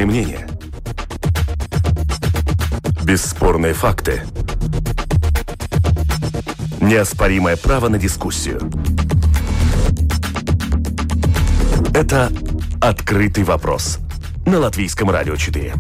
Экспертные мнения. Бесспорные факты. Неоспоримое право на дискуссию. Это «Открытый вопрос» на Латвийском радио 4.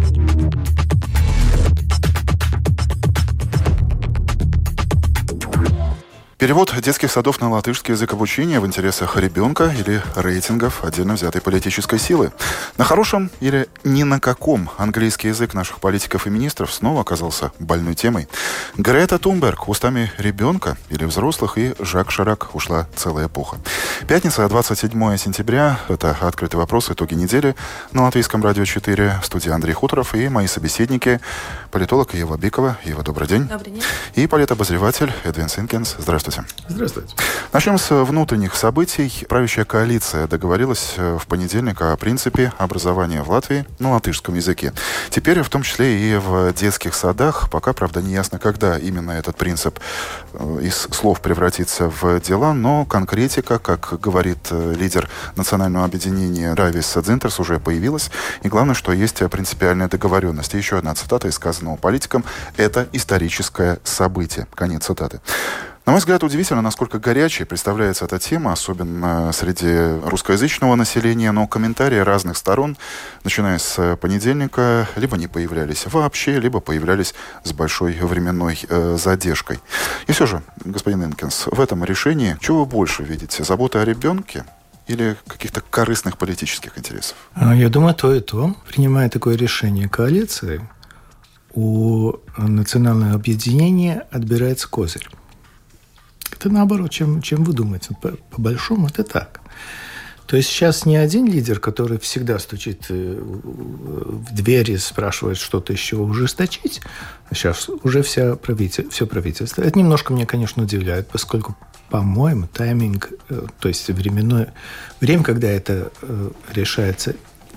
Перевод детских садов на латышский язык обучения в интересах ребенка или рейтингов отдельно взятой политической силы. На хорошем или ни на каком английский язык наших политиков и министров снова оказался больной темой. Грета Тунберг устами ребенка или взрослых и Жак Ширак ушла целая эпоха. Пятница, 27 сентября. Это «Открытый вопрос. Итоги недели» на Латвийском радио 4. В студии Андрей Хуторов и мои собеседники. Политолог Ева Бикова. Ева, добрый день. Добрый день. И политобозреватель Эдвин Синкенс. Здравствуйте. Здравствуйте. Начнем с внутренних событий. Правящая коалиция договорилась в понедельник о принципе образования в Латвии на латышском языке. Теперь в том числе и в детских садах. Пока, правда, не ясно, когда именно этот принцип из слов превратится в дела, но конкретика, как говорит лидер национального объединения Равис Дзинтерс, уже появилась. И главное, что есть принципиальная договоренность. И еще одна цитата из сказанного политиком. Это историческое событие. Конец цитаты. На мой взгляд, удивительно, насколько горячей представляется эта тема, особенно среди русскоязычного населения, но комментарии разных сторон, начиная с понедельника, либо не появлялись вообще, либо появлялись с большой временной задержкой. И все же, господин Инкенс, в этом решении чего вы больше видите? Заботы о ребенке или каких-то корыстных политических интересов? Я думаю, то и то. Принимая такое решение коалиции, у национального объединения отбирается козырь. Это наоборот, чем вы думаете. По большому это так. То есть сейчас не один лидер, который всегда стучит в двери, спрашивает что-то еще ужесточить, а сейчас уже все правительство. Это немножко меня, конечно, удивляет, поскольку, по-моему, тайминг, то есть время, когда это решается,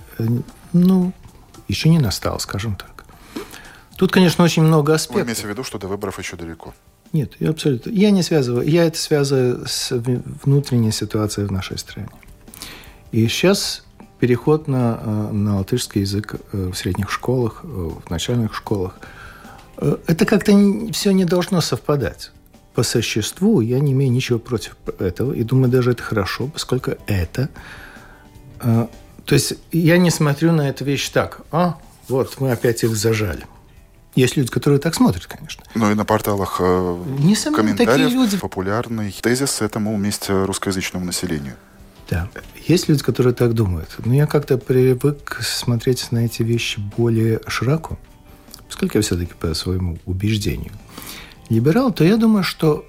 еще не настало, скажем так. Тут, конечно, очень много аспектов. Вы имеете в виду, что до выборов еще далеко? Нет, абсолютно. Я не связываю. Я это связываю с внутренней ситуацией в нашей стране. И сейчас переход на латышский язык в средних школах, в начальных школах, это как-то все не должно совпадать. По существу я не имею ничего против этого. И думаю, даже это хорошо, поскольку это... То есть я не смотрю на эту вещь так. Вот мы опять их зажали. Есть люди, которые так смотрят, конечно. Ну и на порталах комментариев популярный тезис – это, мол, месть русскоязычному населению. Да. Есть люди, которые так думают. Но я как-то привык смотреть на эти вещи более широко, поскольку я все-таки по своему убеждению либерал, то я думаю, что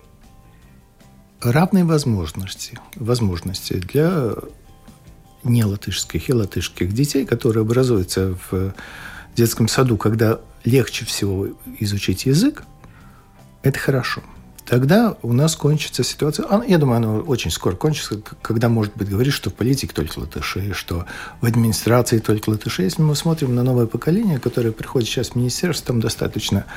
равные возможности для нелатышских и латышских детей, которые образуются в детском саду, когда легче всего изучить язык, это хорошо. Тогда у нас кончится ситуация... Я думаю, она очень скоро кончится, когда, может быть, говорить, что в политике только латыши, что в администрации только латыши. Если мы смотрим на новое поколение, которое приходит сейчас в министерство, там достаточно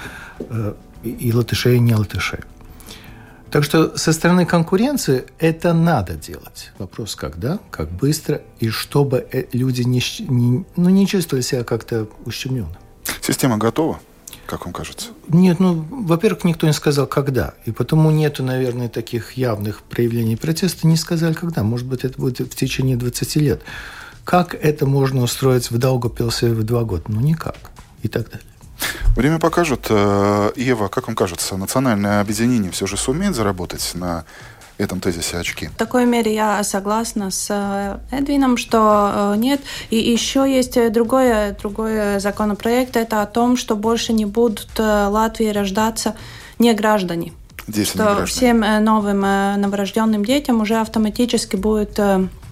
и латышей, и не латышей. Так что со стороны конкуренции это надо делать. Вопрос, когда, как быстро, и чтобы люди не чувствовали себя как-то ущемленно. Система готова, как вам кажется? Нет, во-первых, никто не сказал, когда. И потому нету, наверное, таких явных проявлений протеста. Не сказали, когда. Может быть, это будет в течение 20 лет. Как это можно устроить в Даугавпилсе в 2 года? Никак. И так далее. Время покажет. Ева, как вам кажется, национальное объединение все же сумеет заработать на этом тезисе очки? В такой мере я согласна с Эдвином, что нет. И еще есть другой законопроект. Это о том, что больше не будут в Латвии рождаться неграждане. Что всем новым новорожденным детям уже автоматически будет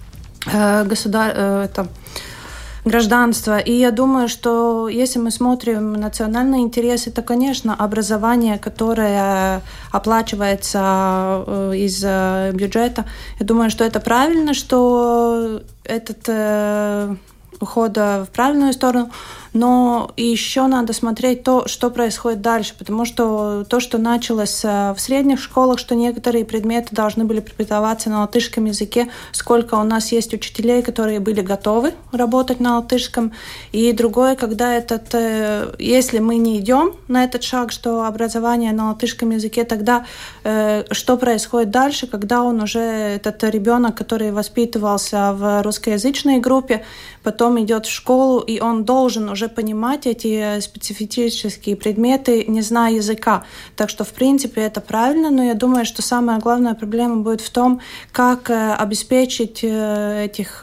гражданство. И я думаю, что если мы смотрим национальные интересы, то, конечно, образование, которое оплачивается из бюджета, я думаю, что это правильно, что этот уход в правильную сторону. но еще надо смотреть то, что происходит дальше, потому что то, что началось в средних школах, что некоторые предметы должны были преподаваться на латышском языке, сколько у нас есть учителей, которые были готовы работать на латышском, и другое, когда если мы не идем на этот шаг, что образование на латышском языке, тогда что происходит дальше, когда он уже, этот ребенок, который воспитывался в русскоязычной группе, потом идет в школу, и он должен уже понимать эти специфические предметы, не зная языка. Так что, в принципе, это правильно, но я думаю, что самая главная проблема будет в том, как обеспечить этих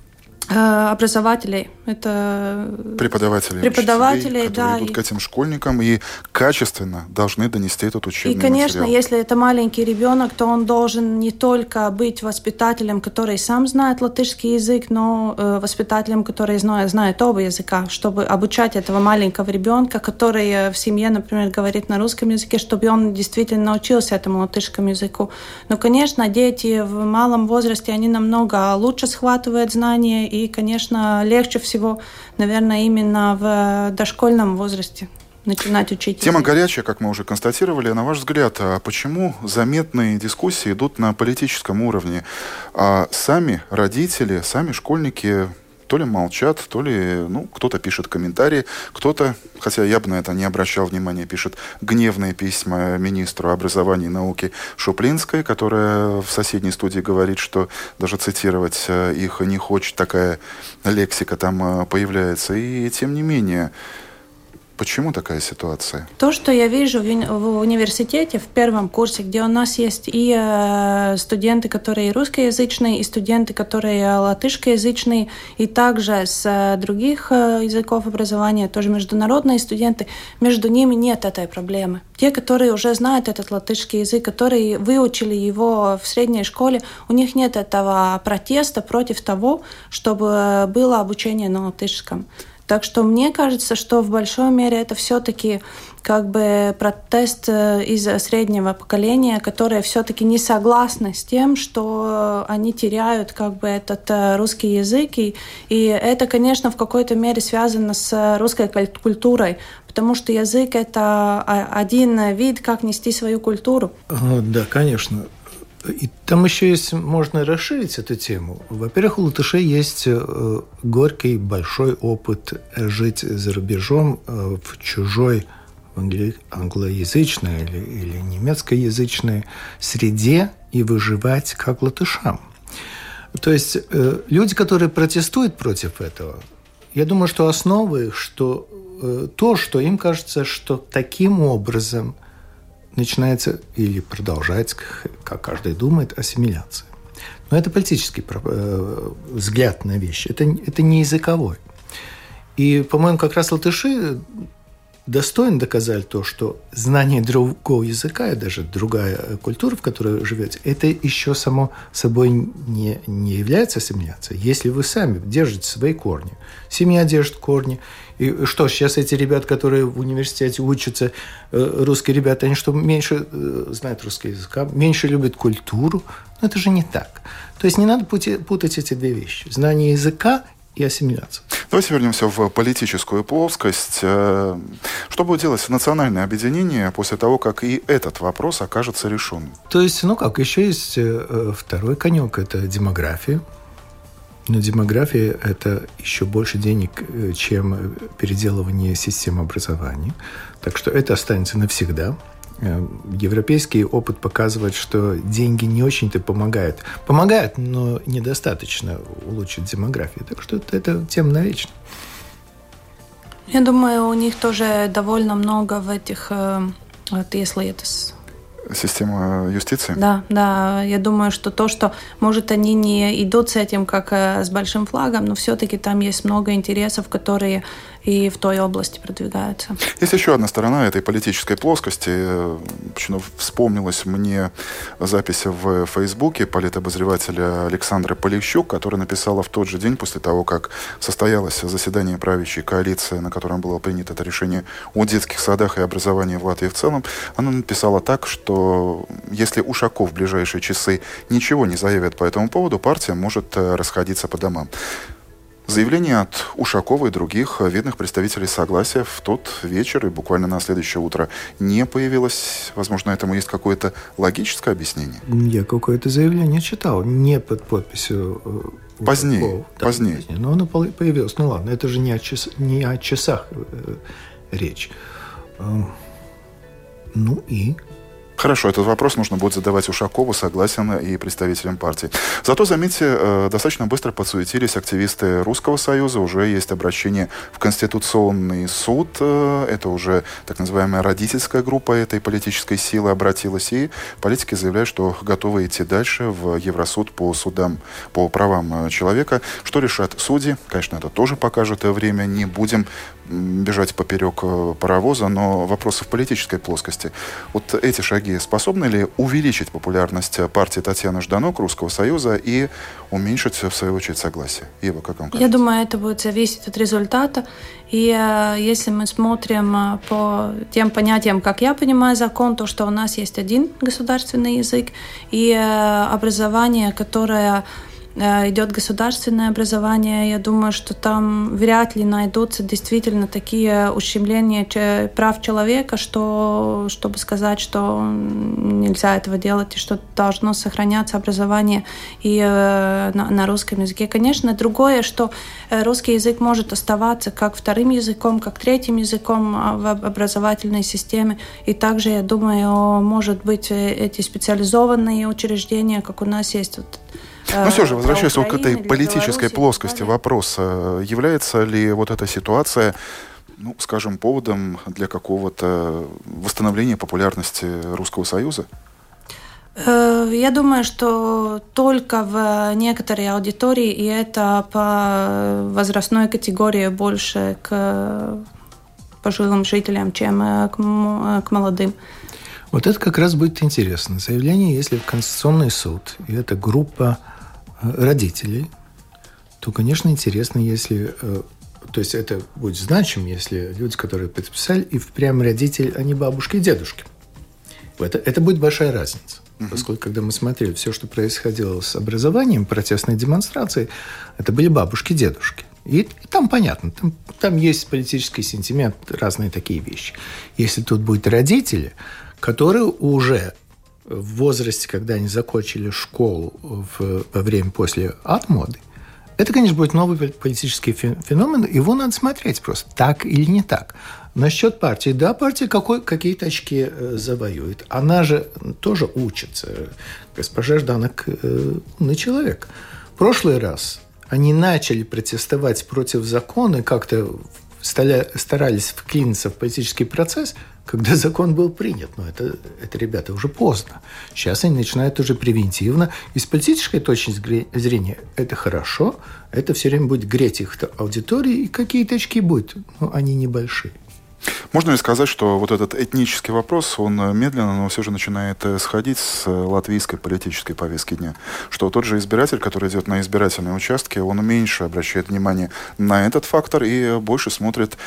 образователей. Это преподавателей, учителей, которые идут к этим школьникам и качественно должны донести этот учебный материал. И, конечно, если это маленький ребенок, то он должен не только быть воспитателем, который сам знает латышский язык, но воспитателем, который знает оба языка, чтобы обучать этого маленького ребенка, который в семье, например, говорит на русском языке, чтобы он действительно научился этому латышскому языку. Но, конечно, дети в малом возрасте, они намного лучше схватывают знания, и, конечно, легче всего, наверное, именно в дошкольном возрасте начинать учить. Тема горячая, как мы уже констатировали. На ваш взгляд, почему заметные дискуссии идут на политическом уровне? А сами родители, сами школьники то ли молчат, то ли кто-то пишет комментарии, кто-то, хотя я бы на это не обращал внимания, пишет гневные письма министру образования и науки Шуплинской, которая в соседней студии говорит, что даже цитировать их не хочет, такая лексика там появляется. И тем не менее, почему такая ситуация? То, что я вижу в университете, в первом курсе, где у нас есть и студенты, которые русскоязычные, и студенты, которые латышскоязычные, и также с других языков образования, тоже международные студенты, между ними нет этой проблемы. Те, которые уже знают этот латышский язык, которые выучили его в средней школе, у них нет этого протеста против того, чтобы было обучение на латышском. Так что мне кажется, что в большой мере это все-таки как бы протест из среднего поколения, которое все-таки не согласно с тем, что они теряют как бы этот русский язык. И это, конечно, в какой-то мере связано с русской культурой, потому что язык – это один вид, как нести свою культуру. Да, конечно. И там еще есть, можно расширить эту тему. Во-первых, у латышей есть горький большой опыт жить за рубежом в чужой англоязычной или немецкоязычной среде и выживать как латышам. То есть люди, которые протестуют против этого, я думаю, что основы, что то, что им кажется, что таким образом начинается или продолжается, как каждый думает, ассимиляция. Но это политический взгляд на вещи, это не языковой. И, по-моему, как раз латыши достойно доказали то, что знание другого языка и даже другая культура, в которой вы живете, это еще само собой не является ассимиляцией. Если вы сами держите свои корни, семья держит корни. И что, сейчас эти ребята, которые в университете учатся, русские ребята, они что, меньше знают русский язык, меньше любят культуру? Но это же не так. То есть не надо путать эти две вещи. Знание языка и ассимиляция. Давайте вернемся в политическую плоскость. Что будет делать национальное объединение после того, как и этот вопрос окажется решенным? То есть, еще есть второй конек – это демография. Но демография – это еще больше денег, чем переделывание системы образования. Так что это останется навсегда. Европейский опыт показывает, что деньги не очень-то помогают. Помогают, но недостаточно улучшить демографию. Так что это тема навечно. Я думаю, у них тоже довольно много в этих, если это... Система юстиции? Да. Я думаю, что может, они не идут с этим, как с большим флагом, но все-таки там есть много интересов, которые и в той области продвигаются. Есть еще одна сторона этой политической плоскости. Почему вспомнилась мне запись в Фейсбуке политобозревателя Александры Полищук, которая написала в тот же день после того, как состоялось заседание правящей коалиции, на котором было принято это решение о детских садах и образовании в Латвии в целом. Она написала так, что если Ушаков в ближайшие часы ничего не заявит по этому поводу, партия может расходиться по домам. Заявление от Ушакова и других видных представителей Согласия в тот вечер и буквально на следующее утро не появилось. Возможно, этому есть какое-то логическое объяснение? Я какое-то заявление читал, не под подписью Позднее. Позднее. Но оно появилось. Ну ладно, это же не о часах речь. Ну и... Хорошо, этот вопрос нужно будет задавать Ушакову, Согласен и представителям партии. Зато, заметьте, достаточно быстро подсуетились активисты Русского Союза. Уже есть обращение в Конституционный суд. Это уже так называемая родительская группа этой политической силы обратилась. И политики заявляют, что готовы идти дальше в Евросуд по судам по правам человека. Что решат судьи? Конечно, это тоже покажет время. Не будем бежать поперек паровоза, но вопросы в политической плоскости. Вот эти шаги способны ли увеличить популярность партии Татьяны Жданок, Русского Союза, и уменьшить, в свою очередь, Согласие? Ева, как вам кажется? Я думаю, это будет зависеть от результата. И если мы смотрим по тем понятиям, как я понимаю закон, то, что у нас есть один государственный язык и образование, которое... идет государственное образование, я думаю, что там вряд ли найдутся действительно такие ущемления прав человека, чтобы сказать, что нельзя этого делать и что должно сохраняться образование и на русском языке. Конечно, другое, что русский язык может оставаться как вторым языком, как третьим языком в образовательной системе. И также, я думаю, может быть, эти специализованные учреждения, как у нас есть вот. Но все же, возвращаясь к этой политической плоскости вопроса, является ли вот эта ситуация, ну, скажем, поводом для какого-то восстановления популярности Русского Союза? Я думаю, что только в некоторой аудитории, и это по возрастной категории больше к пожилым жителям, чем к молодым. Вот это как раз будет интересно. Заявление, если в Конституционный суд, и это группа родителей, то, конечно, интересно, если... То есть это будет значимо, если люди, которые подписали, и впрямь родители, а не бабушки и дедушки. Это будет большая разница. Поскольку, когда мы смотрели все, что происходило с образованием, протестной демонстрацией, это были бабушки и дедушки. И там понятно, там есть политический сентимент, разные такие вещи. Если тут будут родители, которые уже в возрасте, когда они закончили школу во время после отмоды, это, конечно, будет новый политический феномен. Его надо смотреть просто, так или не так. Насчет партии. Да, партия какие-то очки завоюет. Она же тоже учится. Госпожа Жданок умный человек. В прошлый раз они начали протестовать против закона, как-то старались вклиниться в политический процесс, когда закон был принят. Но это, ребята, уже поздно. Сейчас они начинают уже превентивно. И с политической точки зрения это хорошо. Это все время будет греть их аудитории. И какие-то очки будут. Но они небольшие. Можно ли сказать, что вот этот этнический вопрос, он медленно, но все же начинает сходить с латвийской политической повестки дня? Что тот же избиратель, который идет на избирательные участки, он меньше обращает внимание на этот фактор и больше смотрит,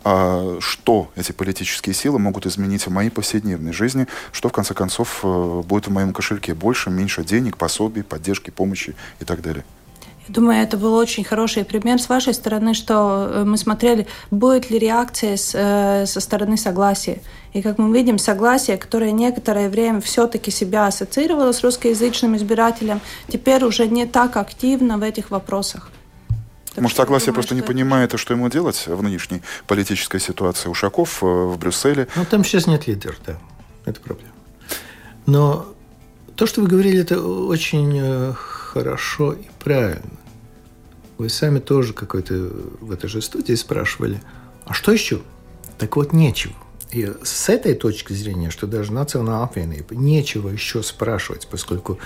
что эти политические силы могут изменить в моей повседневной жизни, что в конце концов будет в моем кошельке: больше, меньше денег, пособий, поддержки, помощи и так далее. Я думаю, это был очень хороший пример с вашей стороны, что мы смотрели, будет ли реакция со стороны Согласия. И как мы видим, Согласие, которое некоторое время все-таки себя ассоциировало с русскоязычным избирателем, теперь уже не так активно в этих вопросах. Может, Согласие просто не понимает, что ему делать в нынешней политической ситуации. Ушаков в Брюсселе. Ну, там сейчас нет лидера, да. Это проблема. Но то, что вы говорили, это очень хорошо и правильно. Вы сами тоже какой-то в этой же студии спрашивали, а что еще? Так вот, нечего. И с этой точки зрения, что даже национальная аппарат, нечего еще спрашивать, поскольку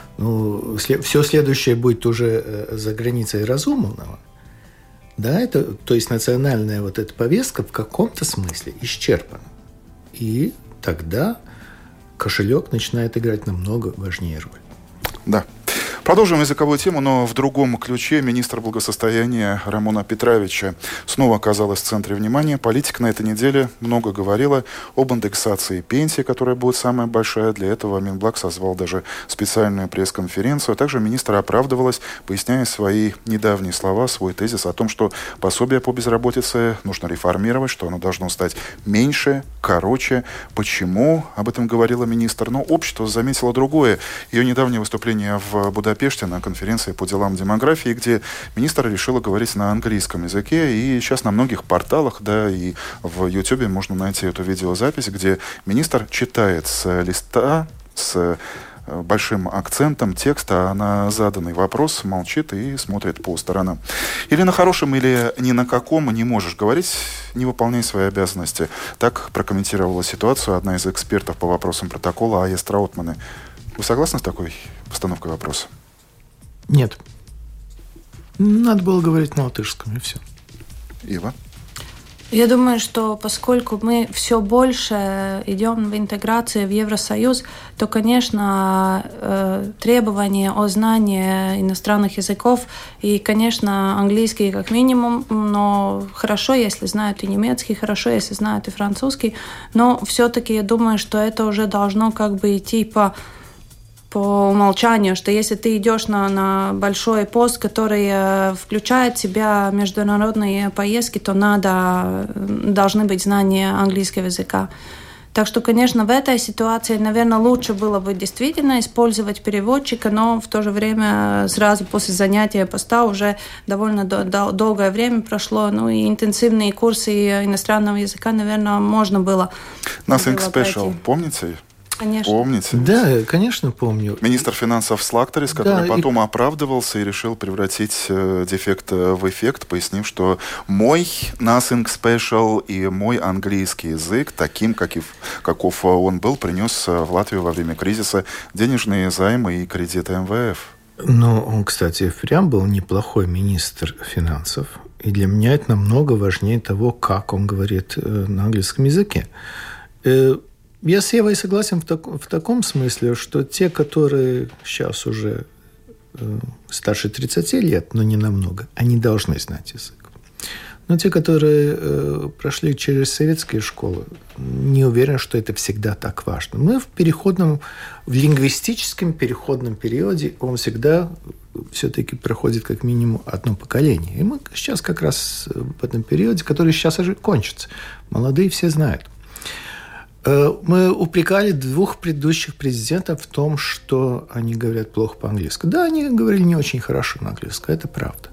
все следующее будет уже за границей разумного. Да, то есть национальная вот эта повестка в каком-то смысле исчерпана. И тогда кошелек начинает играть намного важнее роль. Да. Продолжим языковую тему, но в другом ключе. Министр благосостояния Рамона Петровича снова оказалась в центре внимания. Политика на этой неделе много говорила об индексации пенсии, которая будет самая большая. Для этого Минблаг созвал даже специальную пресс-конференцию. Также министр оправдывалась, поясняя свои недавние слова, свой тезис о том, что пособие по безработице нужно реформировать, что оно должно стать меньше, короче. Почему? Об этом говорила министр. Но общество заметило другое. Ее недавнее выступление в Будапеште на конференции по делам демографии, где министр решила говорить на английском языке. И сейчас на многих порталах, да, и в Ютубе можно найти эту видеозапись, где министр читает с листа, с большим акцентом текста, а на заданный вопрос молчит и смотрит по сторонам. Или на хорошем, или ни на каком не можешь говорить, не выполняй свои обязанности. Так прокомментировала ситуацию одна из экспертов по вопросам протокола Айя Страутмане. Вы согласны с такой постановкой вопроса? Нет. Надо было говорить на латышском, и все. Ива? Я думаю, что поскольку мы все больше идем в интеграцию в Евросоюз, то, конечно, требования о знании иностранных языков и, конечно, английский как минимум, но хорошо, если знают и немецкий, хорошо, если знают и французский, но все-таки я думаю, что это уже должно как бы идти по умолчанию, что если ты идешь на большой пост, который включает в себя международные поездки, то должны быть знания английского языка. Так что, конечно, в этой ситуации, наверное, лучше было бы действительно использовать переводчика, но в то же время сразу после занятия поста уже довольно долгое время прошло, и интенсивные курсы иностранного языка, наверное, можно было. Nothing Special, помните? Конечно. Помните? Да, конечно, помню. Министр финансов Слактерис, который потом оправдывался и решил превратить дефект в эффект, пояснив, что мой Nothing Special и мой английский язык, таким, каков он был, принес в Латвию во время кризиса денежные займы и кредиты МВФ. Но он, кстати, прям был неплохой министр финансов. И для меня это намного важнее того, как он говорит на английском языке. Я с Евой согласен в таком смысле, что те, которые сейчас уже старше 30 лет, но не намного, они должны знать язык. Но те, которые прошли через советские школы, не уверен, что это всегда так важно. Мы в лингвистическом переходном периоде, он всегда все-таки проходит как минимум одно поколение. И мы сейчас как раз в этом периоде, который сейчас уже кончится. Молодые все знают. Мы упрекали двух предыдущих президентов в том, что они говорят плохо по-английски. Да, они говорили не очень хорошо на английском, это правда.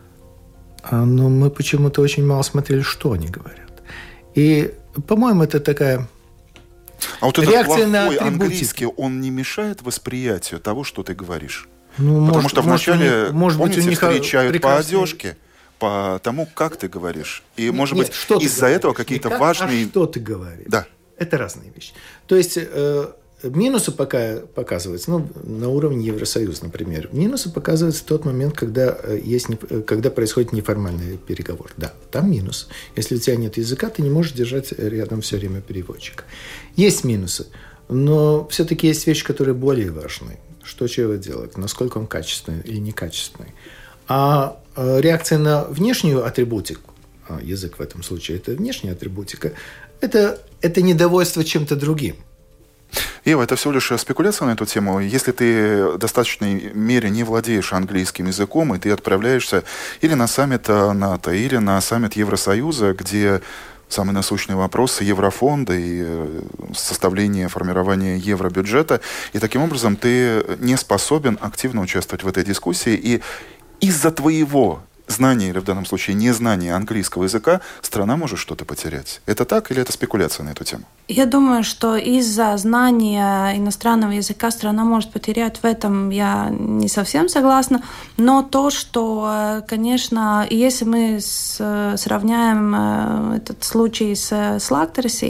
Но мы почему-то очень мало смотрели, что они говорят. И, по-моему, это такая реакция на атрибутики. Английский, он не мешает восприятию того, что ты говоришь? Потому что вначале, помните, встречают по одежке, по тому, как ты говоришь. И, может быть, из-за этого какие-то важные... А что ты говоришь? Да. Это разные вещи. То есть минусы пока показываются, на уровне Евросоюза, например. Минусы показываются в тот момент, когда происходит неформальный переговор. Да, там минус. Если у тебя нет языка, ты не можешь держать рядом все время переводчика. Есть минусы, но все-таки есть вещи, которые более важны. Что человек делает, насколько он качественный или некачественный. А реакция на внешнюю атрибутику, язык в этом случае, это внешняя атрибутика, это недовольство чем-то другим. Ева, это всего лишь спекуляция на эту тему. Если ты в достаточной мере не владеешь английским языком, и ты отправляешься или на саммит НАТО, или на саммит Евросоюза, где самые насущные вопросы еврофонда и составление, формирование евробюджета, и таким образом ты не способен активно участвовать в этой дискуссии, и из-за твоего знание, или в данном случае незнание английского языка, страна может что-то потерять. Это так или это спекуляция на эту тему? Я думаю, что из-за знания иностранного языка страна может потерять, в этом я не совсем согласна. Но то, что, конечно, если мы сравняем этот случай с Лактерисой,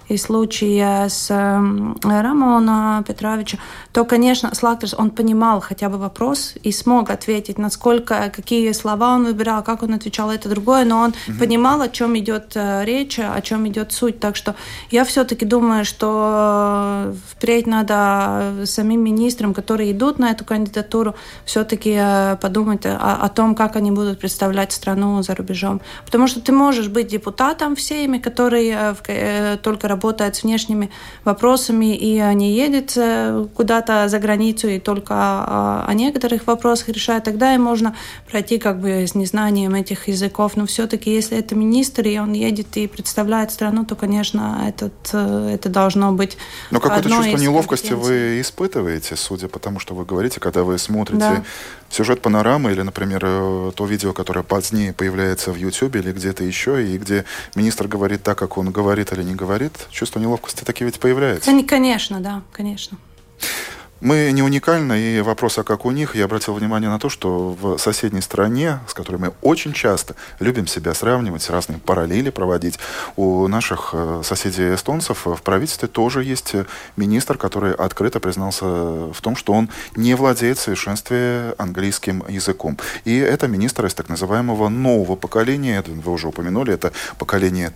и случай с Рамона Петровича, то, конечно, Слактers, он понимал хотя бы вопрос и смог ответить, насколько, какие слова он выбирал, как он отвечал, это другое, но он понимал, о чем идет речь, о чем идет суть. Так что я все-таки думаю, что впредь надо самим министрам, которые идут на эту кандидатуру, все-таки подумать о том, как они будут представлять страну за рубежом. Потому что ты можешь быть депутатом в Сейме, который только работает с внешними вопросами и не едет куда-то за границу и только о некоторых вопросах решает. Тогда и можно пройти как бы с незнанием этих языков. Но все-таки, если это министр, и он едет и представляет страну, то, конечно, это должно быть. Но какое-то чувство неловкости вы испытываете, судя по тому, что вы говорите, когда вы смотрите сюжет «Панорамы» или, например, то видео, которое позднее появляется в YouTube или где-то еще, и где министр говорит так, как он говорит или не говорит, чувство неловкости таки ведь появляется. Конечно, да, конечно. Мы не уникальны, и вопрос, а как у них, я обратил внимание на то, что в соседней стране, с которой мы очень часто любим себя сравнивать, разные параллели проводить, у наших соседей эстонцев в правительстве тоже есть министр, который открыто признался в том, что он не владеет в совершенстве английским языком. И это министр из так называемого нового поколения, вы уже упомянули, это поколение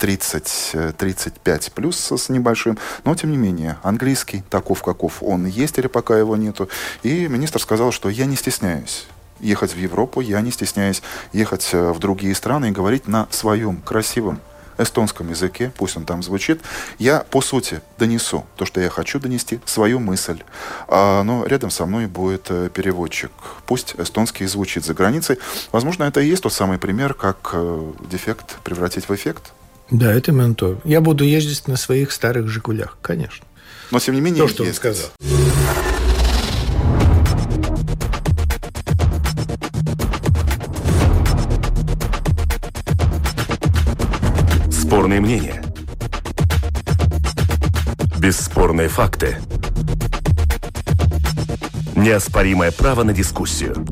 30-35 плюс с небольшим, но тем не менее английский таков, каков он есть, или пока его нету. И министр сказал, что я не стесняюсь ехать в Европу, я не стесняюсь ехать в другие страны и говорить на своем красивом эстонском языке, пусть он там звучит. Я, по сути, донесу то, что я хочу донести, свою мысль. Но рядом со мной будет переводчик. Пусть эстонский звучит за границей. Возможно, это и есть тот самый пример, как дефект превратить в эффект. Да, это именно то. Я буду ездить на своих старых «Жигулях», конечно. Но, тем не менее, то, что он сказал. Спорные мнения. Бесспорные факты. Неоспоримое право на дискуссию.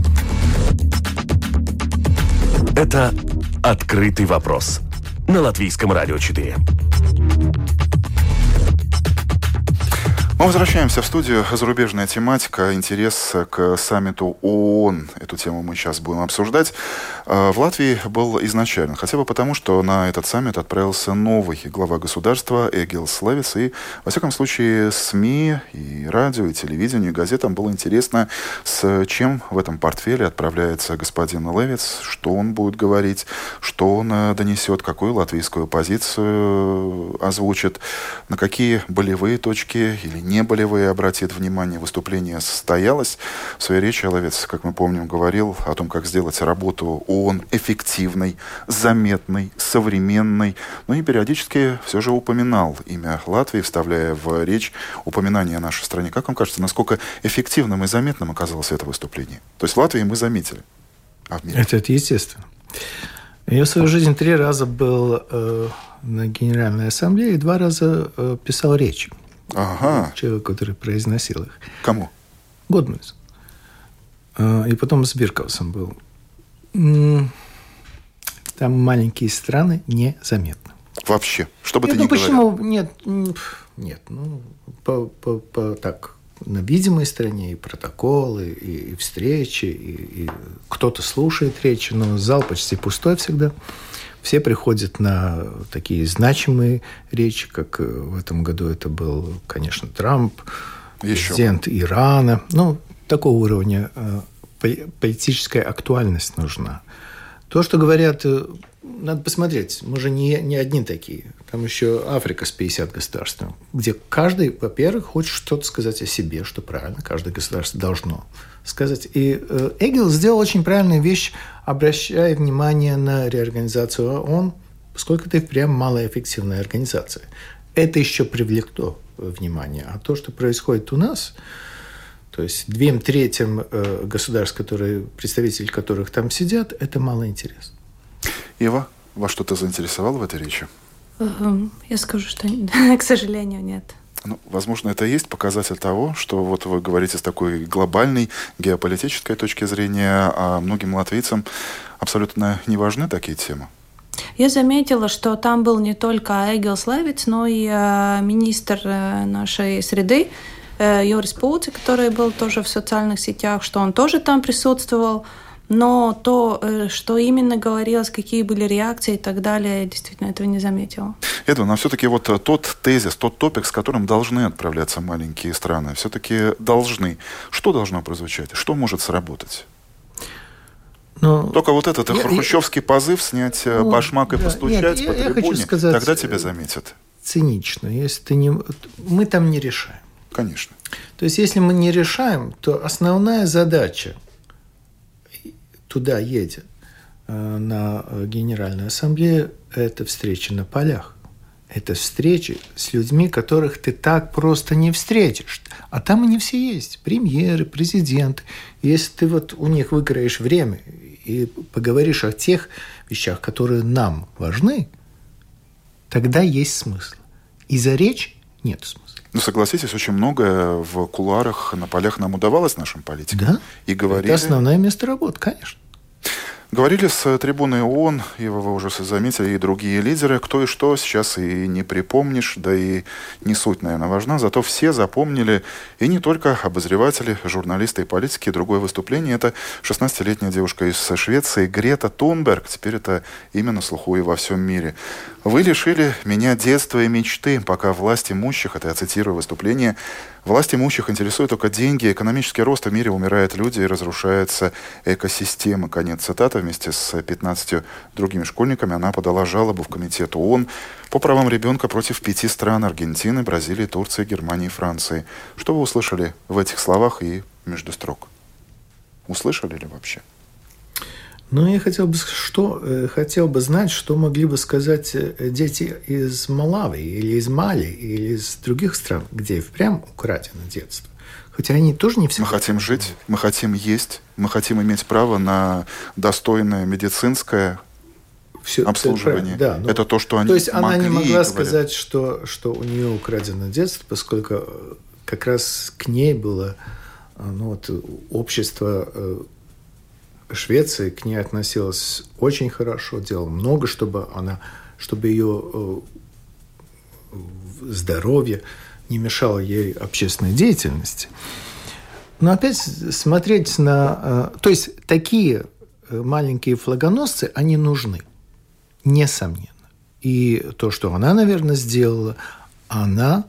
Это «Открытый вопрос» на Латвийском радио 4. Мы возвращаемся в студию. Зарубежная тематика, интерес к саммиту ООН. Эту тему мы сейчас будем обсуждать. В Латвии был изначально, хотя бы потому, что на этот саммит отправился новый глава государства Эгилс Левитс. И, во всяком случае, СМИ, и радио, и телевидению, и газетам было интересно, с чем в этом портфеле отправляется господин Левитс, что он будет говорить, что он донесет, какую латвийскую позицию озвучит, на какие болевые точки или не болевые обратит внимание. Выступление состоялось. В своей речи Левитс, как мы помним, говорил о том, как сделать работу ООН эффективной, заметной, современной. Но и периодически все же упоминал имя Латвии, вставляя в речь упоминание о нашей стране. Как вам кажется, насколько эффективным и заметным оказалось это выступление? То есть в Латвии мы заметили, а в мире? Это естественно. Я в свою жизнь 3 раза был на Генеральной Ассамблее и 2 раза писал речи. Ага. Человек, который произносил их. Кому? Гудманс. И потом с Биркаусом был. Там маленькие страны незаметны. Вообще? Что бы ты ни говорил. Почему? Нет. Так, на видимой стороне и протоколы, и встречи, и кто-то слушает речи, но зал почти пустой всегда. Все приходят на такие значимые речи, как в этом году это был, конечно, Трамп, президент Ирана. Такого уровня политическая актуальность нужна. То, что говорят, надо посмотреть. Мы же не одни такие. Там еще Африка с 50 государств, где каждый, во-первых, хочет что-то сказать о себе, что правильно, каждое государство должно сказать. И Эгилс сделал очень правильную вещь, обращая внимание на реорганизацию ООН, поскольку это прям малоэффективная организация. Это еще привлекло внимание. А то, что происходит у нас, то есть 2/3 государств, представители которых там сидят, это мало интересно. Ева, вас что-то заинтересовало в этой речи? Я скажу, что, к сожалению, нет. Возможно, это и есть показатель того, что вот вы говорите с такой глобальной геополитической точки зрения, а многим латвийцам абсолютно не важны такие темы. Я заметила, что там был не только Эгилс Левитс, но и министр нашей среды Юрис Пūce, который был тоже в социальных сетях, что он тоже там присутствовал. Но то, что именно говорилось, какие были реакции и так далее, я действительно этого не заметила. Эдвин, а все-таки вот тот тезис, тот топик, с которым должны отправляться маленькие страны, все-таки должны. Что должно прозвучать? Что может сработать? Только вот этот хрущевский позыв снять башмак и постучать по трибуне, тогда тебя заметят. Цинично. Если ты не... Мы там не решаем. Конечно. То есть, если мы не решаем, то основная задача туда едет на Генеральную Ассамблею, это встречи на полях. Это встречи с людьми, которых ты так просто не встретишь. А там они все есть. Премьеры, президенты. Если ты вот у них выкроешь время и поговоришь о тех вещах, которые нам важны, тогда есть смысл. И за речь нет смысла. Ну, согласитесь, очень многое в кулуарах на полях нам удавалось, нашим политикам. Да, и говорили... это основное место работы, конечно. Говорили с трибуны ООН, и вы уже заметили, и другие лидеры, кто и что, сейчас и не припомнишь, да и не суть, наверное, важна, зато все запомнили, и не только обозреватели, журналисты и политики. Другое выступление – это 16-летняя девушка из Швеции Грета Тунберг, теперь это имя на слуху и во всем мире. «Вы лишили меня детства и мечты, пока власть имущих», это я цитирую выступление, «власть имущих интересует только деньги, экономический рост в мире, умирают люди и разрушается экосистема». Конец цитаты. Вместе с 15 другими школьниками она подала жалобу в Комитет ООН по правам ребенка против 5 стран – Аргентины, Бразилии, Турции, Германии и Франции. Что вы услышали в этих словах и между строк? Услышали ли вообще? Ну, я хотел бы знать, что могли бы сказать дети из Малави, или из Мали, или из других стран, где впрямь украдено детство. Хотя они тоже не все... Мы хотим жить, мы хотим есть, мы хотим иметь право на достойное медицинское обслуживание. Да, это то, что они могли. То есть она не могла говорят. сказать, что у нее украдено детство, поскольку как раз к ней было общество Швеции к ней относилось очень хорошо, делало много, чтобы ее здоровье не мешало ей общественной деятельности. Но опять смотреть на... То есть такие маленькие флагоносцы, они нужны, несомненно. И то, что она, наверное, сделала, она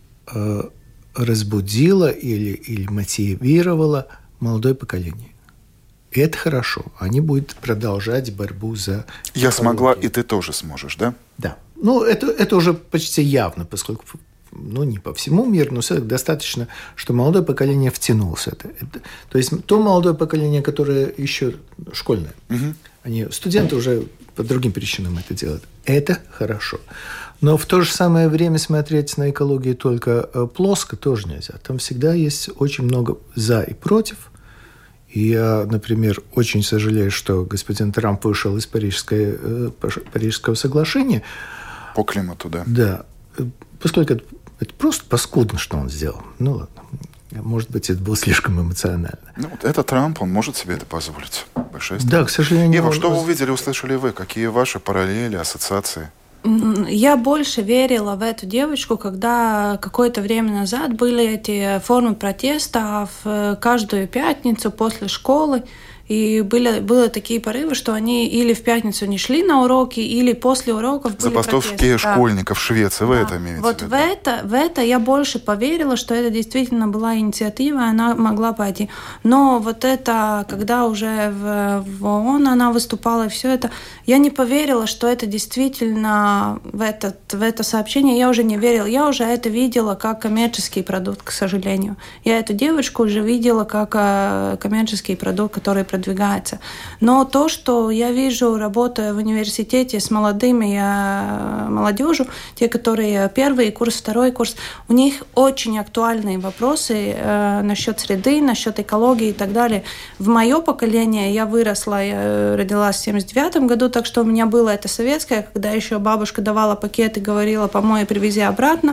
разбудила или мотивировала молодое поколение. И это хорошо. Они будут продолжать борьбу за... Я смогла, и ты тоже сможешь, да? Да. Ну, это уже почти явно, поскольку не по всему миру, но все-таки достаточно, что молодое поколение втянулось в это. То есть то молодое поколение, которое еще школьное, студенты уже по другим причинам это делают. Это хорошо. Но в то же самое время смотреть на экологию только плоско тоже нельзя. Там всегда есть очень много за и против. И я, например, очень сожалею, что господин Трамп вышел из Парижского соглашения. По климату, да. Да. Поскольку это просто паскудно, что он сделал. Ну, ладно. Может быть, это было слишком эмоционально. Это Трамп, он может себе это позволить. Большая страна. Да, к сожалению. Ева, что вы увидели, услышали вы? Какие ваши параллели, ассоциации? Я больше верила в эту девочку, когда какое-то время назад были эти формы протеста в каждую пятницу после школы. И были такие порывы, что они или в пятницу не шли на уроки, или после уроков были забастовки протесты. школьников в Швеции, вы это имеете вот в виду? В это я больше поверила, что это действительно была инициатива, и она могла пойти. Но вот это, когда уже в ООН она выступала, и все это, я не поверила, что это действительно в это сообщение, я уже не верила. Я уже это видела как коммерческий продукт, к сожалению. Я эту девочку уже видела как коммерческий продукт, который продвигается. Но то, что я вижу, работая в университете с молодыми молодежью, те, которые первый курс, второй курс, у них очень актуальные вопросы насчет среды, насчет экологии и так далее. В мое поколение я выросла, я родилась в 1979 году, так что у меня было это советское, когда еще бабушка давала пакет и говорила: помой и привези обратно.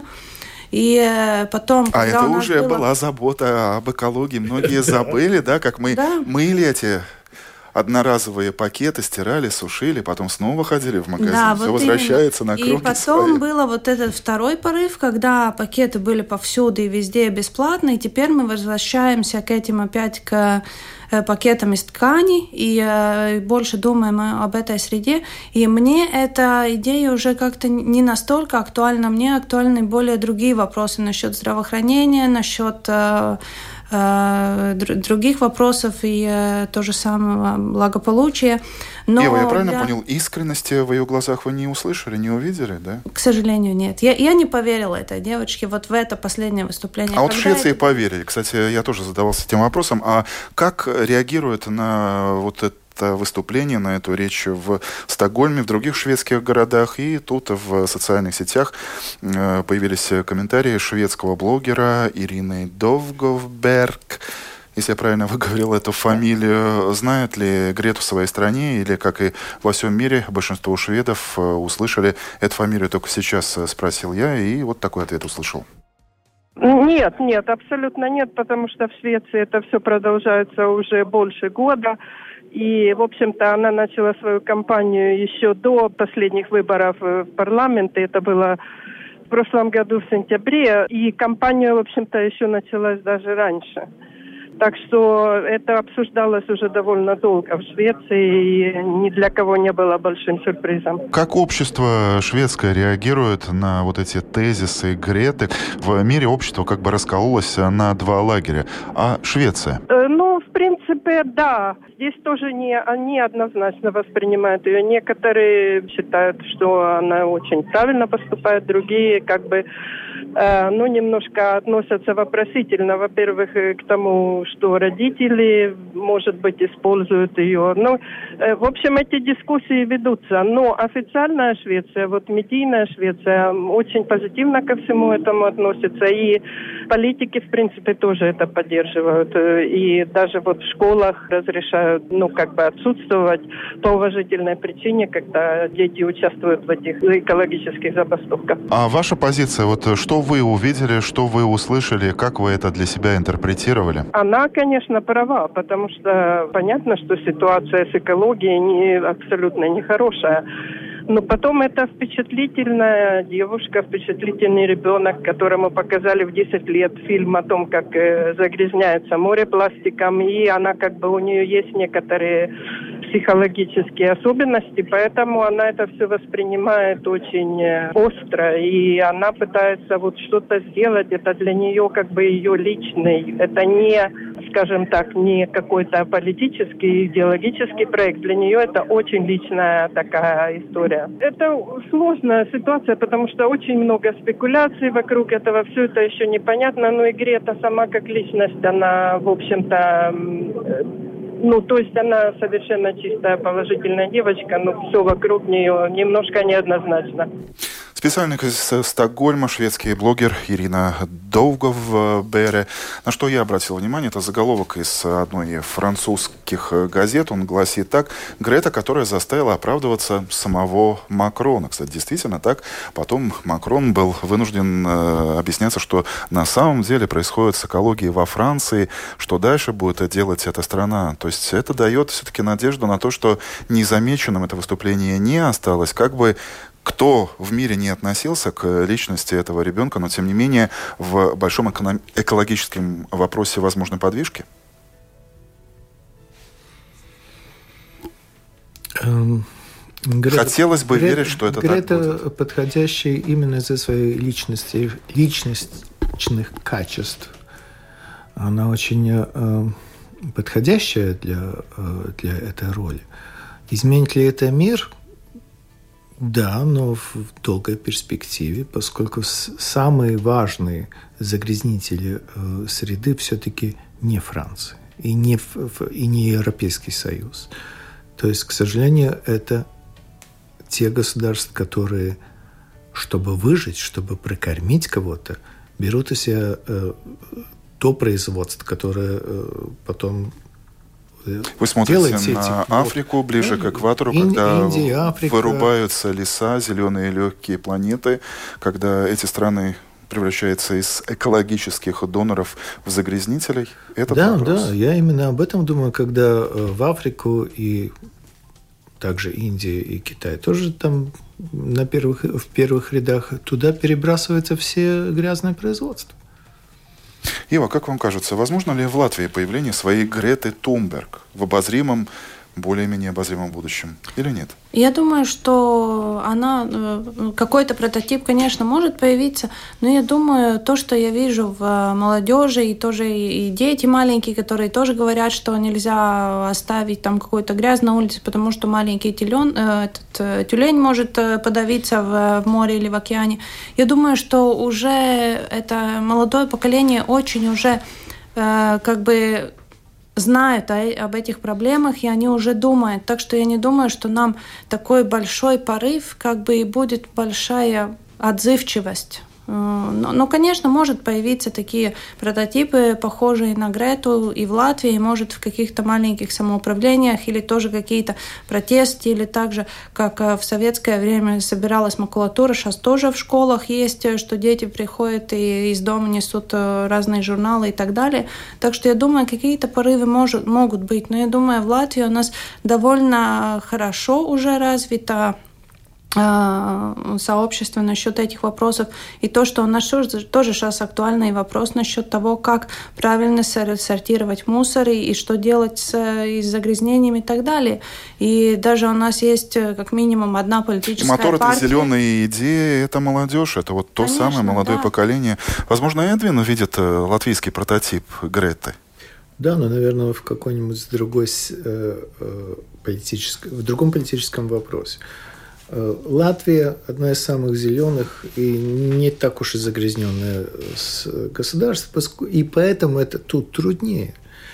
И потом, это уже была забота об экологии. Многие забыли, да, как мы мыли эти одноразовые пакеты стирали, сушили, потом снова ходили в магазин. Да, все вот возвращается на круги И потом свои. был вот этот второй порыв, когда пакеты были повсюду и везде бесплатно, и теперь мы возвращаемся к этим опять к пакетам из ткани и больше думаем об этой среде. И мне эта идея уже как-то не настолько актуальна. Мне актуальны более другие вопросы насчет здравоохранения, насчет других вопросов и то же самое благополучия. Но Ева, я правильно понял, искренности в ее глазах вы не услышали, не увидели, да? К сожалению, нет. Я не поверила этой девочке вот в это последнее выступление. А вот в Швеции поверили. Кстати, я тоже задавался этим вопросом. А как реагируют на вот это выступление, на эту речь в Стокгольме, в других шведских городах? И тут в социальных сетях появились комментарии шведского блогера Ирины Довговберг. Если я правильно выговорил эту фамилию, знают ли Грету в своей стране или, как и во всем мире, большинство шведов услышали эту фамилию только сейчас, спросил я, и вот такой ответ услышал. Нет, абсолютно нет, потому что в Швеции это все продолжается уже больше года. И, в общем-то, она начала свою кампанию еще до последних выборов в парламент. Это было в прошлом году в сентябре. И кампания, в общем-то, еще началась даже раньше. Так что это обсуждалось уже довольно долго в Швеции, и ни для кого не было большим сюрпризом. Как общество шведское реагирует на вот эти тезисы Греты? В мире общество как бы раскололось на два лагеря. А Швеция? В принципе, да. Здесь тоже они однозначно воспринимают ее. Некоторые считают, что она очень правильно поступает, другие как бы немножко относятся вопросительно, во-первых, к тому, что родители, может быть, используют ее. В общем, эти дискуссии ведутся. Но официальная Швеция, вот медийная Швеция, очень позитивно ко всему этому относится. И политики, в принципе, тоже это поддерживают. И даже вот в школах разрешают, отсутствовать по уважительной причине, когда дети участвуют в этих экологических забастовках. А ваша позиция, вот что вы увидели, что вы услышали, как вы это для себя интерпретировали? Она, конечно, права, потому что понятно, что ситуация с экологией абсолютно нехорошая. Но потом это впечатлительная девушка, впечатлительный ребенок, которому показали в 10 лет фильм о том, как загрязняется море пластиком, и она у нее есть некоторые психологические особенности, поэтому она это все воспринимает очень остро, и она пытается что-то сделать, это для нее ее личный, это не, скажем так, не какой-то политический, идеологический проект, для нее это очень личная такая история. Это сложная ситуация, потому что очень много спекуляций вокруг этого, все это еще непонятно, но и Грета сама как личность, она, в общем-то, то есть она совершенно чистая, положительная девочка, но все вокруг нее немножко неоднозначно. Специальный из Стокгольма шведский блогер Ирина Довговбере. На что я обратил внимание, это заголовок из одной французских газет. Он гласит так: Грета, которая заставила оправдываться самого Макрона. Кстати, действительно так. Потом Макрон был вынужден объясняться, что на самом деле происходит с экологией во Франции, что дальше будет делать эта страна. То есть это дает все-таки надежду на то, что незамеченным это выступление не осталось. Как бы кто в мире не относился к личности этого ребенка, но тем не менее в большом экологическом вопросе возможны подвижки? Хотелось бы верить, что это так будет. Грета подходящая именно из-за своей личностных качеств. Она очень подходящая для этой роли. Изменит ли это мир? Да, но в долгой перспективе, поскольку самые важные загрязнители среды все-таки не Франция и не Европейский Союз. То есть, к сожалению, это те государства, которые, чтобы выжить, чтобы прокормить кого-то, берут у себя то производство, которое потом... Вы смотрите на Африку, ближе к экватору, когда Индия, Африка, вырубаются леса, зеленые легкие планеты, когда эти страны превращается из экологических доноров в загрязнителей? Да, я именно об этом думаю, когда в Африку и также Индия и Китай тоже там в первых рядах, туда перебрасываются все грязные производства. Ива, как вам кажется, возможно ли в Латвии появление своей Греты Тунберг в обозримом, более-менее обозримом будущем или нет? Я думаю, что какой-то прототип, конечно, может появиться, но я думаю, то, что я вижу в молодежи, и тоже и дети маленькие, которые тоже говорят, что нельзя оставить там какую-то грязь на улице, потому что маленький тюлень может подавиться в море или в океане. Я думаю, что уже это молодое поколение очень уже знают об этих проблемах, и они уже думают. Так что я не думаю, что нам такой большой порыв, и будет большая отзывчивость. Но, конечно, может появиться такие прототипы, похожие на Грету и в Латвии, и может в каких-то маленьких самоуправлениях, или тоже какие-то протесты, или так же, как в советское время собиралась макулатура, сейчас тоже в школах есть, что дети приходят и из дома несут разные журналы и так далее. Так что я думаю, какие-то порывы могут быть, но я думаю, в Латвии у нас довольно хорошо уже развито сообщество насчет этих вопросов. И то, что у нас тоже сейчас актуальный вопрос насчет того, как правильно сортировать мусор и что делать с загрязнениями и так далее. И даже у нас есть как минимум одна политическая мотор партия. Этой зеленой идеи — это молодежь, это вот то самое молодое поколение. Возможно, Эдвин увидит латвийский прототип Греты. Да, но, наверное, в какой-нибудь в другом политическом вопросе. Латвия – одна из самых зеленых и не так уж и загрязненное государство, и поэтому это тут труднее.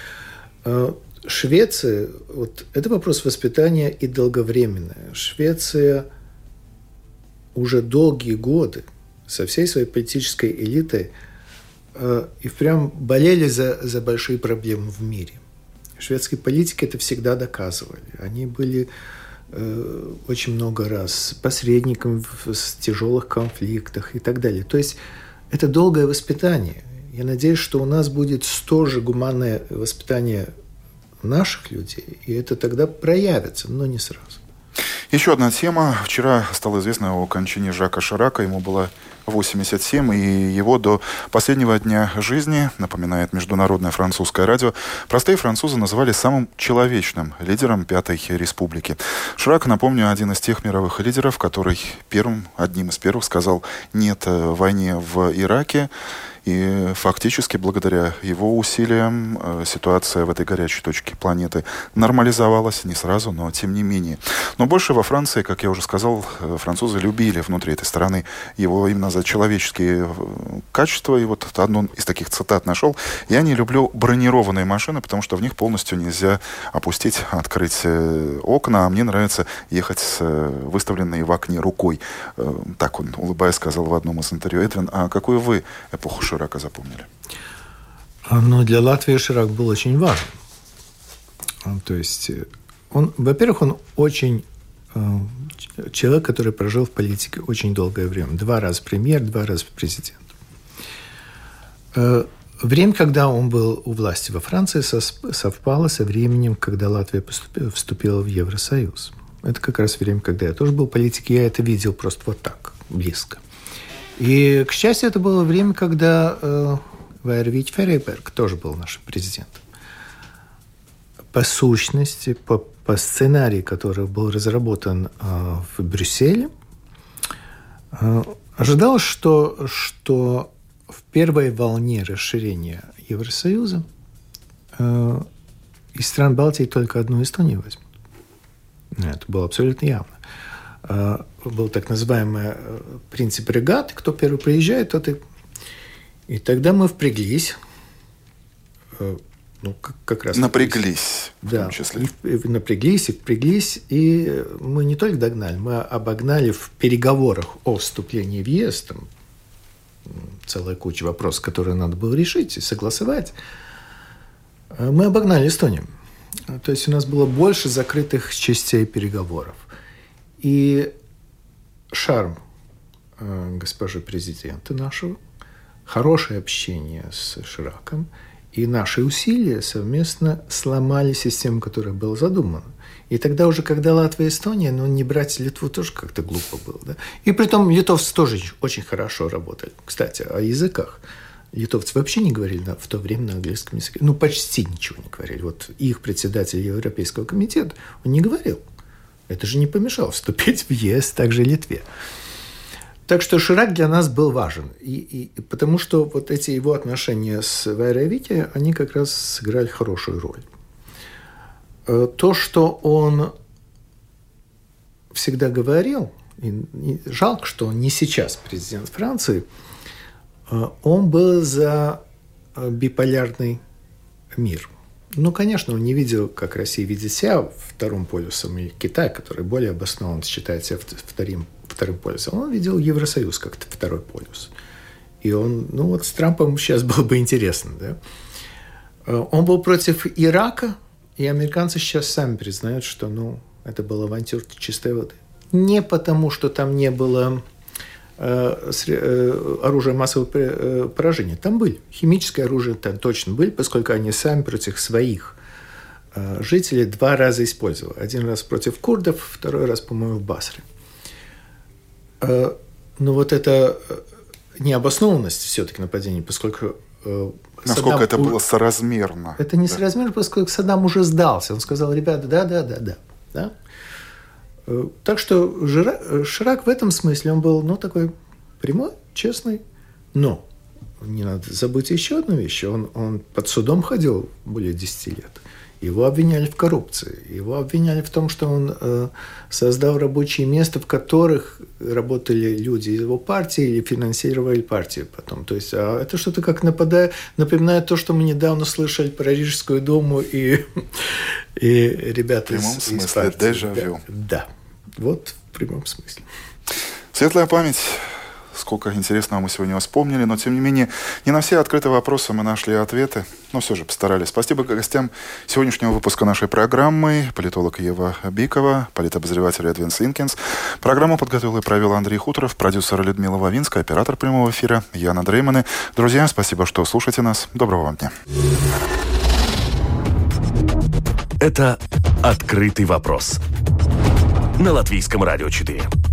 Швеция – это вопрос воспитания и долговременное. Швеция уже долгие годы со всей своей политической элитой и прям болели за большие проблемы в мире. Шведские политики это всегда доказывали. Они были очень много раз посредником в тяжелых конфликтах и так далее. То есть это долгое воспитание. Я надеюсь, что у нас будет столь же гуманное воспитание наших людей, и это тогда проявится, но не сразу. Еще одна тема. Вчера стало известно о кончине Жака Ширака. Ему было 87, и его до последнего дня жизни, напоминает Международное французское радио, простые французы называли самым человечным лидером Пятой Республики. Ширак, напомню, один из тех мировых лидеров, который одним из первых сказал «нет» войне в Ираке. И фактически, благодаря его усилиям, ситуация в этой горячей точке планеты нормализовалась не сразу, но тем не менее. Но больше во Франции, как я уже сказал, французы любили внутри этой страны его именно за человеческие качества. И вот одну из таких цитат нашел. «Я не люблю бронированные машины, потому что в них полностью нельзя опустить, открыть окна, а мне нравится ехать с выставленной в окне рукой». Так он, улыбаясь, сказал в одном из интервью. Эдвин, а какую вы эпоху Ширака запомнили? Но для Латвии Ширак был очень важен. То есть, во-первых, он очень человек, который прожил в политике очень долгое время. 2 раза премьер, 2 раза президент. Время, когда он был у власти во Франции, совпало со временем, когда Латвия вступила в Евросоюз. Это как раз время, когда я тоже был в политике, я это видел просто вот так, близко. И, к счастью, это было время, когда Вайервич Ферейберг тоже был нашим президентом. По сущности, по сценарию, который был разработан в Брюсселе, ожидалось, что в первой волне расширения Евросоюза из стран Балтии только одну Эстонию возьмут. Это было абсолютно явно. Был так называемый принцип регаты. Кто первый приезжает, тот и... И тогда мы впряглись. Как раз... Напряглись, да, в том числе. И напряглись, и впряглись. И мы не только догнали, мы обогнали в переговорах о вступлении в ЕС. Там целая куча вопросов, которые надо было решить и согласовать. Мы обогнали Эстонию. То есть у нас было больше закрытых частей переговоров. И шарм госпожи президента нашего хорошее общение с Шираком, и наши усилия совместно сломали систему, которая была задумана. И тогда уже, когда Латвия и Эстония, не брать Литву тоже как-то глупо было. Да? И притом литовцы тоже очень хорошо работали. Кстати, о языках. Литовцы вообще не говорили в то время на английском языке. Почти ничего не говорили. Вот их председатель Европейского комитета, он не говорил. Это же не помешало вступить в ЕС, также Литве. Так что Ширак для нас был важен. И потому что вот эти его отношения с Вайрой Вити, они как раз сыграли хорошую роль. То, что он всегда говорил, и жалко, что он не сейчас президент Франции, он был за биполярный мир. Конечно, он не видел, как Россия видит себя вторым полюсом, и Китай, который более обоснованно считает себя вторым полюсом. Он видел Евросоюз как второй полюс. И он, с Трампом сейчас было бы интересно, да? Он был против Ирака, и американцы сейчас сами признают, что, это был авантюр чистой воды. Не потому, что там не было оружия массового поражения. Там были. Химическое оружие там точно были, поскольку они сами против своих жителей 2 раза использовали. 1 раз против курдов, 2 раз, по-моему, в Басре. Но вот эта необоснованность все-таки нападения, поскольку насколько это было соразмерно. Это не соразмерно, поскольку Саддам уже сдался. Он сказал: ребята, да. Так что Ширак в этом смысле, он был, такой прямой, честный. Но не надо забыть еще одну вещь. Он под судом ходил более 10 лет. Его обвиняли в коррупции. Его обвиняли в том, что он создал рабочие места, в которых работали люди из его партии или финансировали партию потом. То есть это что-то как напоминает то, что мы недавно слышали про Рижскую думу и ребята из партии. Дежавю. Да, вот в прямом смысле. Светлая память. Сколько интересного мы сегодня вспомнили, но, тем не менее, не на все открытые вопросы мы нашли ответы, но все же постарались. Спасибо гостям сегодняшнего выпуска нашей программы. Политолог Ева Бикова, политобозреватель Эдвин Синкинс. Программу подготовил и провел Андрей Хуторов, продюсер Людмила Вавинская, оператор прямого эфира Яна Дрейманы. Друзья, спасибо, что слушаете нас. Доброго вам дня. Это «Открытый вопрос» на Латвийском радио 4.